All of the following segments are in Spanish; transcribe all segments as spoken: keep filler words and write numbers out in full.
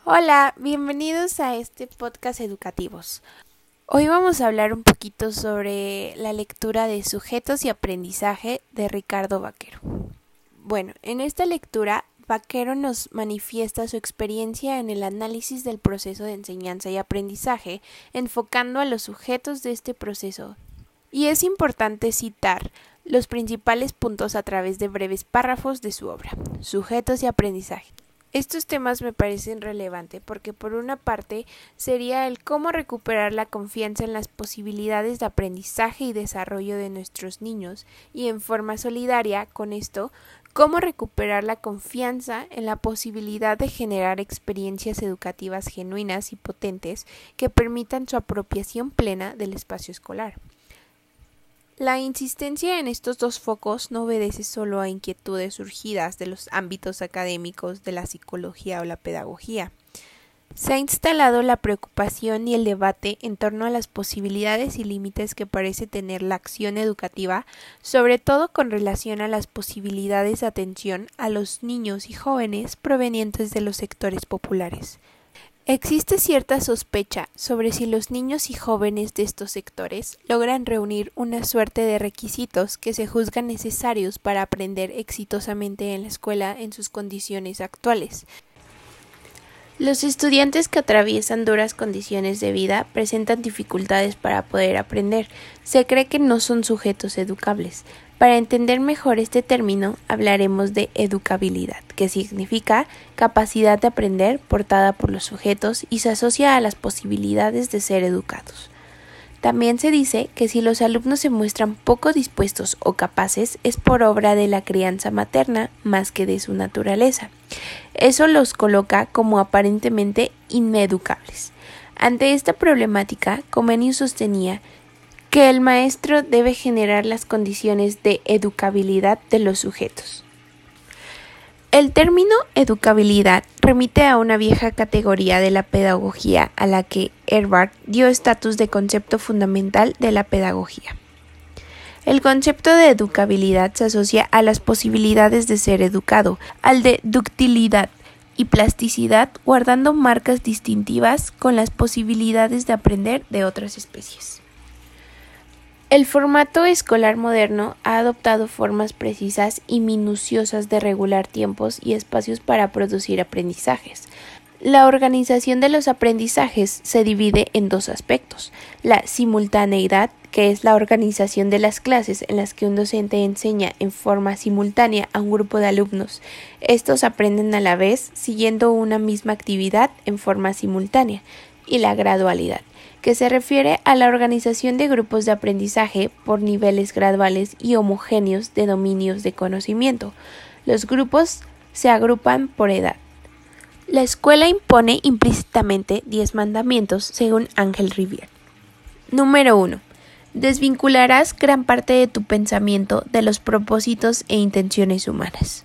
Hola, bienvenidos a este podcast educativos. Hoy vamos a hablar un poquito sobre la lectura de Sujetos y Aprendizaje de Ricardo Vaquero. Bueno, en esta lectura, Vaquero nos manifiesta su experiencia en el análisis del proceso de enseñanza y aprendizaje, enfocando a los sujetos de este proceso. Y es importante citar los principales puntos a través de breves párrafos de su obra, Sujetos y Aprendizaje. Estos temas me parecen relevantes porque por una parte sería el cómo recuperar la confianza en las posibilidades de aprendizaje y desarrollo de nuestros niños y en forma solidaria con esto, cómo recuperar la confianza en la posibilidad de generar experiencias educativas genuinas y potentes que permitan su apropiación plena del espacio escolar. La insistencia en estos dos focos no obedece solo a inquietudes surgidas de los ámbitos académicos de la psicología o la pedagogía. Se ha instalado la preocupación y el debate en torno a las posibilidades y límites que parece tener la acción educativa, sobre todo con relación a las posibilidades de atención a los niños y jóvenes provenientes de los sectores populares. Existe cierta sospecha sobre si los niños y jóvenes de estos sectores logran reunir una suerte de requisitos que se juzgan necesarios para aprender exitosamente en la escuela en sus condiciones actuales. Los estudiantes que atraviesan duras condiciones de vida presentan dificultades para poder aprender. Se cree que no son sujetos educables. Para entender mejor este término, hablaremos de educabilidad, que significa capacidad de aprender portada por los sujetos y se asocia a las posibilidades de ser educados. También se dice que si los alumnos se muestran poco dispuestos o capaces es por obra de la crianza materna más que de su naturaleza. Eso los coloca como aparentemente ineducables. Ante esta problemática, Comenius sostenía que el maestro debe generar las condiciones de educabilidad de los sujetos. El término educabilidad remite a una vieja categoría de la pedagogía a la que Herbart dio estatus de concepto fundamental de la pedagogía. El concepto de educabilidad se asocia a las posibilidades de ser educado, al de ductilidad y plasticidad, guardando marcas distintivas con las posibilidades de aprender de otras especies. El formato escolar moderno ha adoptado formas precisas y minuciosas de regular tiempos y espacios para producir aprendizajes. La organización de los aprendizajes se divide en dos aspectos: la simultaneidad, que es la organización de las clases en las que un docente enseña en forma simultánea a un grupo de alumnos. Estos aprenden a la vez siguiendo una misma actividad en forma simultánea, y la gradualidad, que se refiere a la organización de grupos de aprendizaje por niveles graduales y homogéneos de dominios de conocimiento. Los grupos se agrupan por edad. La escuela impone implícitamente diez mandamientos según Ángel Rivière. Número uno. Desvincularás gran parte de tu pensamiento de los propósitos e intenciones humanas.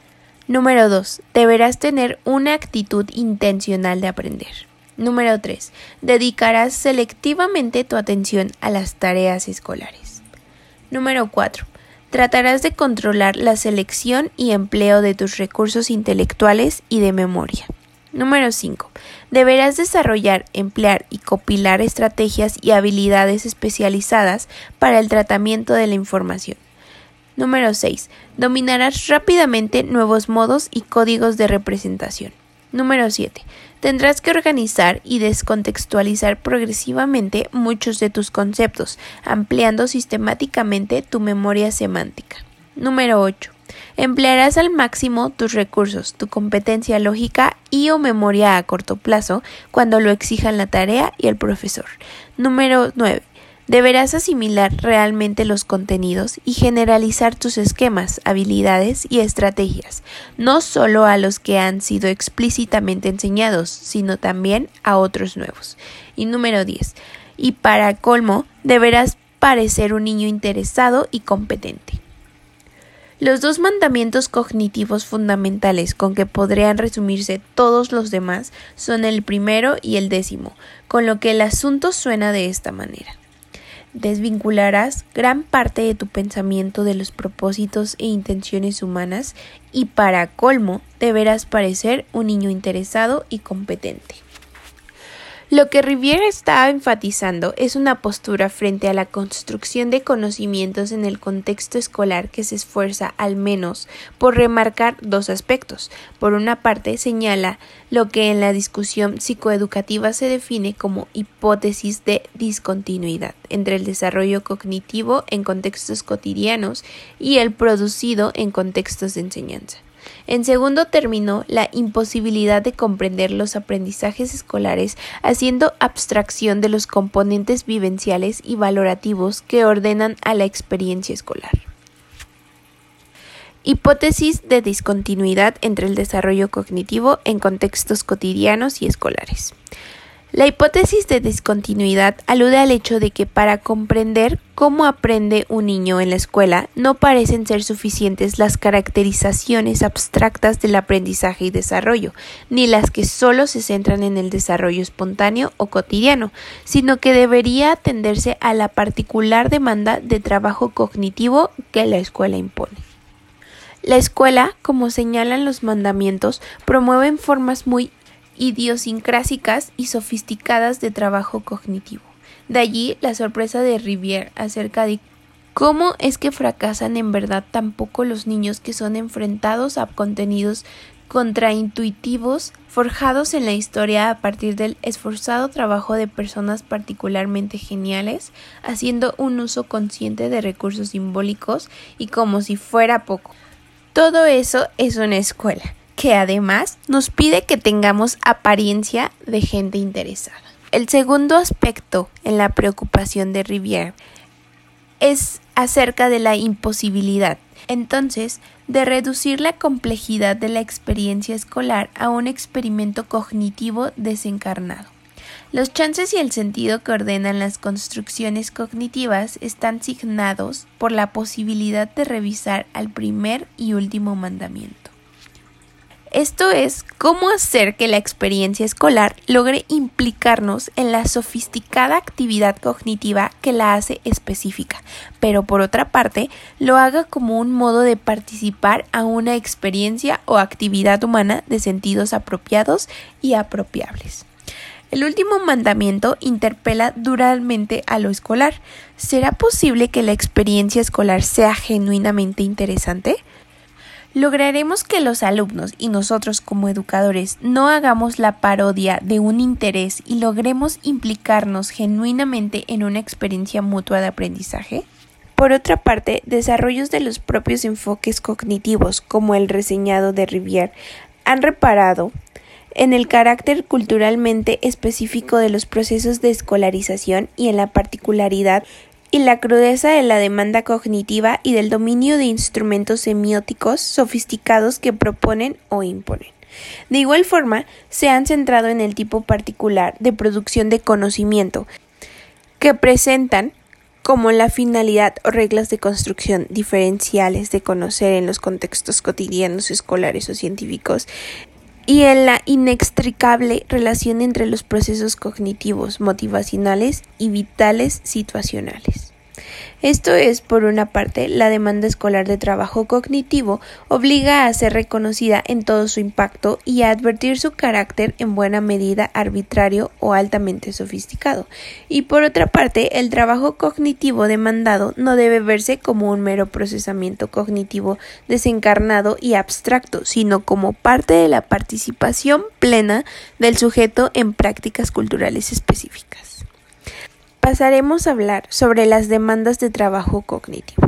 Número dos. Deberás tener una actitud intencional de aprender. Número tres. Dedicarás selectivamente tu atención a las tareas escolares. Número cuatro. Tratarás de controlar la selección y empleo de tus recursos intelectuales y de memoria. Número cinco. Deberás desarrollar, emplear y compilar estrategias y habilidades especializadas para el tratamiento de la información. Número seis. Dominarás rápidamente nuevos modos y códigos de representación. Número siete. Tendrás que organizar y descontextualizar progresivamente muchos de tus conceptos, ampliando sistemáticamente tu memoria semántica. Número ocho. Emplearás al máximo tus recursos, tu competencia lógica y o memoria a corto plazo cuando lo exijan la tarea y el profesor. Número nueve. Deberás asimilar realmente los contenidos y generalizar tus esquemas, habilidades y estrategias, no solo a los que han sido explícitamente enseñados, sino también a otros nuevos. Y número diez. Y para colmo, deberás parecer un niño interesado y competente. Los dos mandamientos cognitivos fundamentales con que podrían resumirse todos los demás son el primero y el décimo, con lo que el asunto suena de esta manera. desvincularás gran parte de tu pensamiento de los propósitos e intenciones humanas y para colmo deberás parecer un niño interesado y competente. Lo que Rivière está enfatizando es una postura frente a la construcción de conocimientos en el contexto escolar que se esfuerza al menos por remarcar dos aspectos. Por una parte, señala lo que en la discusión psicoeducativa se define como hipótesis de discontinuidad entre el desarrollo cognitivo en contextos cotidianos y el producido en contextos de enseñanza. En segundo término, la imposibilidad de comprender los aprendizajes escolares haciendo abstracción de los componentes vivenciales y valorativos que ordenan a la experiencia escolar. Hipótesis de discontinuidad entre el desarrollo cognitivo en contextos cotidianos y escolares. La hipótesis de discontinuidad alude al hecho de que para comprender cómo aprende un niño en la escuela no parecen ser suficientes las caracterizaciones abstractas del aprendizaje y desarrollo, ni las que solo se centran en el desarrollo espontáneo o cotidiano, sino que debería atenderse a la particular demanda de trabajo cognitivo que la escuela impone. La escuela, como señalan los mandamientos, promueve formas muy idiosincrásicas y sofisticadas de trabajo cognitivo. De allí la sorpresa de Rivière acerca de cómo es que fracasan en verdad tan poco los niños que son enfrentados a contenidos contraintuitivos forjados en la historia a partir del esforzado trabajo de personas particularmente geniales, haciendo un uso consciente de recursos simbólicos y como si fuera poco. Todo eso es una escuela, que además nos pide que tengamos apariencia de gente interesada. El segundo aspecto en la preocupación de Rivière es acerca de la imposibilidad, entonces, de reducir la complejidad de la experiencia escolar a un experimento cognitivo desencarnado. Los chances y el sentido que ordenan las construcciones cognitivas están signados por la posibilidad de revisar al primer y último mandamiento. Esto es, cómo hacer que la experiencia escolar logre implicarnos en la sofisticada actividad cognitiva que la hace específica, pero por otra parte, lo haga como un modo de participar a una experiencia o actividad humana de sentidos apropiados y apropiables. El último mandamiento interpela duramente a lo escolar. ¿Será posible que la experiencia escolar sea genuinamente interesante? ¿Lograremos que los alumnos y nosotros como educadores no hagamos la parodia de un interés y logremos implicarnos genuinamente en una experiencia mutua de aprendizaje? Por otra parte, desarrollos de los propios enfoques cognitivos, como el reseñado de Rivière, han reparado en el carácter culturalmente específico de los procesos de escolarización y en la particularidad y la crudeza de la demanda cognitiva y del dominio de instrumentos semióticos sofisticados que proponen o imponen. De igual forma, se han centrado en el tipo particular de producción de conocimiento que presentan como la finalidad o reglas de construcción diferenciales de conocer en los contextos cotidianos, escolares o científicos, y en la inextricable relación entre los procesos cognitivos, motivacionales y vitales situacionales. Esto es, por una parte, la demanda escolar de trabajo cognitivo obliga a ser reconocida en todo su impacto y a advertir su carácter en buena medida arbitrario o altamente sofisticado. Y por otra parte, el trabajo cognitivo demandado no debe verse como un mero procesamiento cognitivo desencarnado y abstracto, sino como parte de la participación plena del sujeto en prácticas culturales específicas. Pasaremos a hablar sobre las demandas de trabajo cognitivo.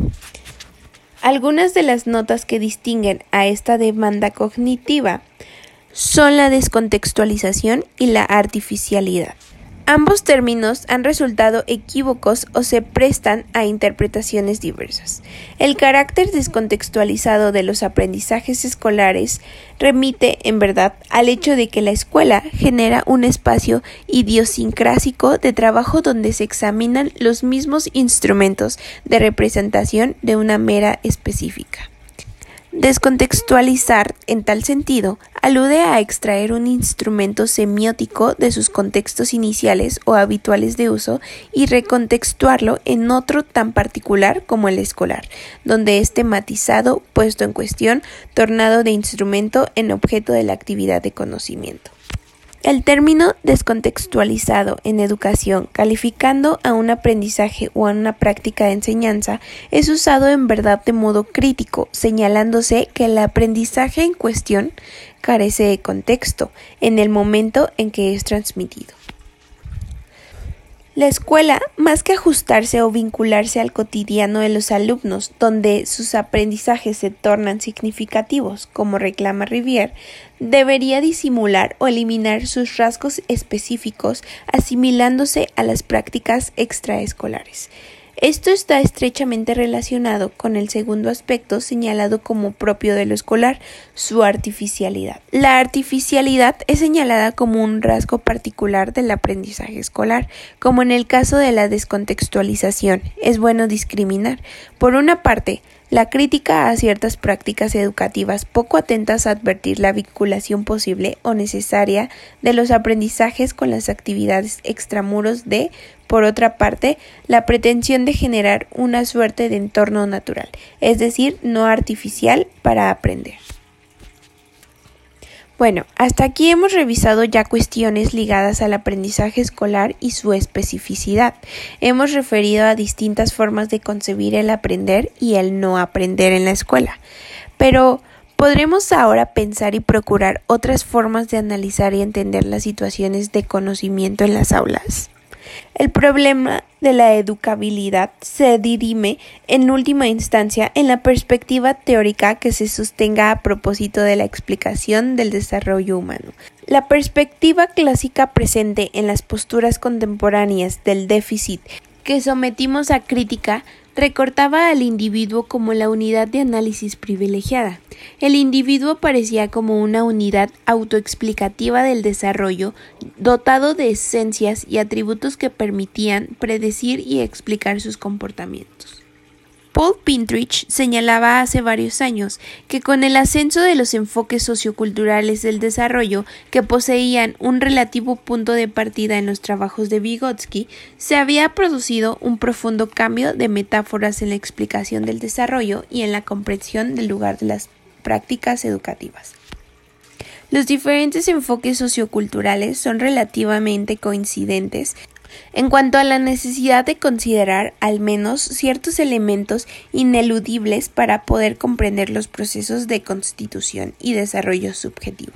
Algunas de las notas que distinguen a esta demanda cognitiva son la descontextualización y la artificialidad. Ambos términos han resultado equívocos o se prestan a interpretaciones diversas. El carácter descontextualizado de los aprendizajes escolares remite, en verdad, al hecho de que la escuela genera un espacio idiosincrásico de trabajo donde se examinan los mismos instrumentos de representación de una mera específica. Descontextualizar, en tal sentido, alude a extraer un instrumento semiótico de sus contextos iniciales o habituales de uso y recontextuarlo en otro tan particular como el escolar, donde es tematizado, puesto en cuestión, tornado de instrumento en objeto de la actividad de conocimiento. El término descontextualizado en educación, calificando a un aprendizaje o a una práctica de enseñanza, es usado en verdad de modo crítico, señalándose que el aprendizaje en cuestión carece de contexto en el momento en que es transmitido. La escuela, más que ajustarse o vincularse al cotidiano de los alumnos, donde sus aprendizajes se tornan significativos, como reclama Rivière, debería disimular o eliminar sus rasgos específicos, asimilándose a las prácticas extraescolares. Esto está estrechamente relacionado con el segundo aspecto señalado como propio de lo escolar, su artificialidad. La artificialidad es señalada como un rasgo particular del aprendizaje escolar, como en el caso de la descontextualización. Es bueno discriminar. Por una parte, la crítica a ciertas prácticas educativas poco atentas a advertir la vinculación posible o necesaria de los aprendizajes con las actividades extramuros de, por otra parte, la pretensión de generar una suerte de entorno natural, es decir, no artificial, para aprender. Bueno, hasta aquí hemos revisado ya cuestiones ligadas al aprendizaje escolar y su especificidad. Hemos referido a distintas formas de concebir el aprender y el no aprender en la escuela. Pero, ¿podremos ahora pensar y procurar otras formas de analizar y entender las situaciones de conocimiento en las aulas? El problema de la educabilidad se dirime en última instancia en la perspectiva teórica que se sostenga a propósito de la explicación del desarrollo humano. La perspectiva clásica presente en las posturas contemporáneas del déficit que sometimos a crítica recortaba al individuo como la unidad de análisis privilegiada. El individuo parecía como una unidad autoexplicativa del desarrollo, dotado de esencias y atributos que permitían predecir y explicar sus comportamientos. Paul Pintrich señalaba hace varios años que con el ascenso de los enfoques socioculturales del desarrollo que poseían un relativo punto de partida en los trabajos de Vygotsky, se había producido un profundo cambio de metáforas en la explicación del desarrollo y en la comprensión del lugar de las prácticas educativas. Los diferentes enfoques socioculturales son relativamente coincidentes en cuanto a la necesidad de considerar al menos ciertos elementos ineludibles para poder comprender los procesos de constitución y desarrollo subjetivo.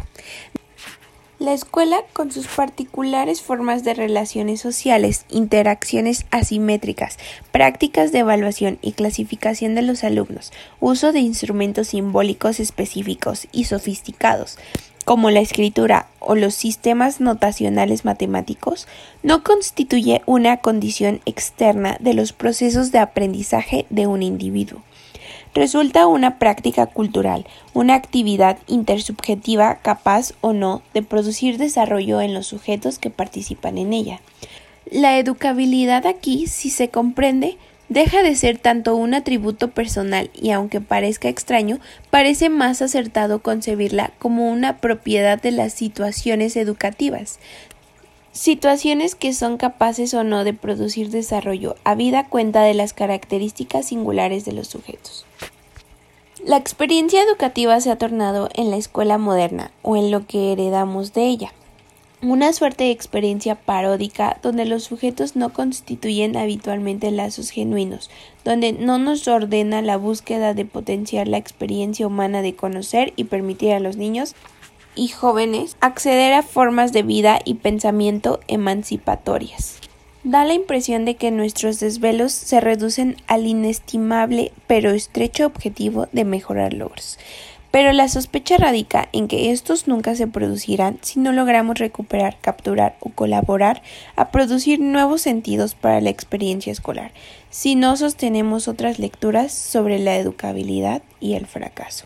La escuela, con sus particulares formas de relaciones sociales, interacciones asimétricas, prácticas de evaluación y clasificación de los alumnos, uso de instrumentos simbólicos específicos y sofisticados, como la escritura o los sistemas notacionales matemáticos, no constituye una condición externa de los procesos de aprendizaje de un individuo. Resulta una práctica cultural, una actividad intersubjetiva capaz o no de producir desarrollo en los sujetos que participan en ella. La educabilidad aquí, si se comprende, deja de ser tanto un atributo personal y, aunque parezca extraño, parece más acertado concebirla como una propiedad de las situaciones educativas. Situaciones que son capaces o no de producir desarrollo, habida cuenta de las características singulares de los sujetos. La experiencia educativa se ha tornado en la escuela moderna, o en lo que heredamos de ella, una suerte de experiencia paródica donde los sujetos no constituyen habitualmente lazos genuinos, donde no nos ordena la búsqueda de potenciar la experiencia humana de conocer y permitir a los niños y jóvenes acceder a formas de vida y pensamiento emancipatorias. Da la impresión de que nuestros desvelos se reducen al inestimable pero estrecho objetivo de mejorar logros. Pero la sospecha radica en que estos nunca se producirán si no logramos recuperar, capturar o colaborar a producir nuevos sentidos para la experiencia escolar, si no sostenemos otras lecturas sobre la educabilidad y el fracaso.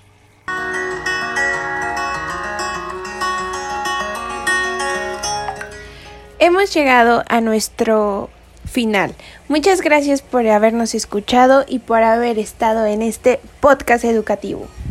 Hemos llegado a nuestro final. Muchas gracias por habernos escuchado y por haber estado en este podcast educativo.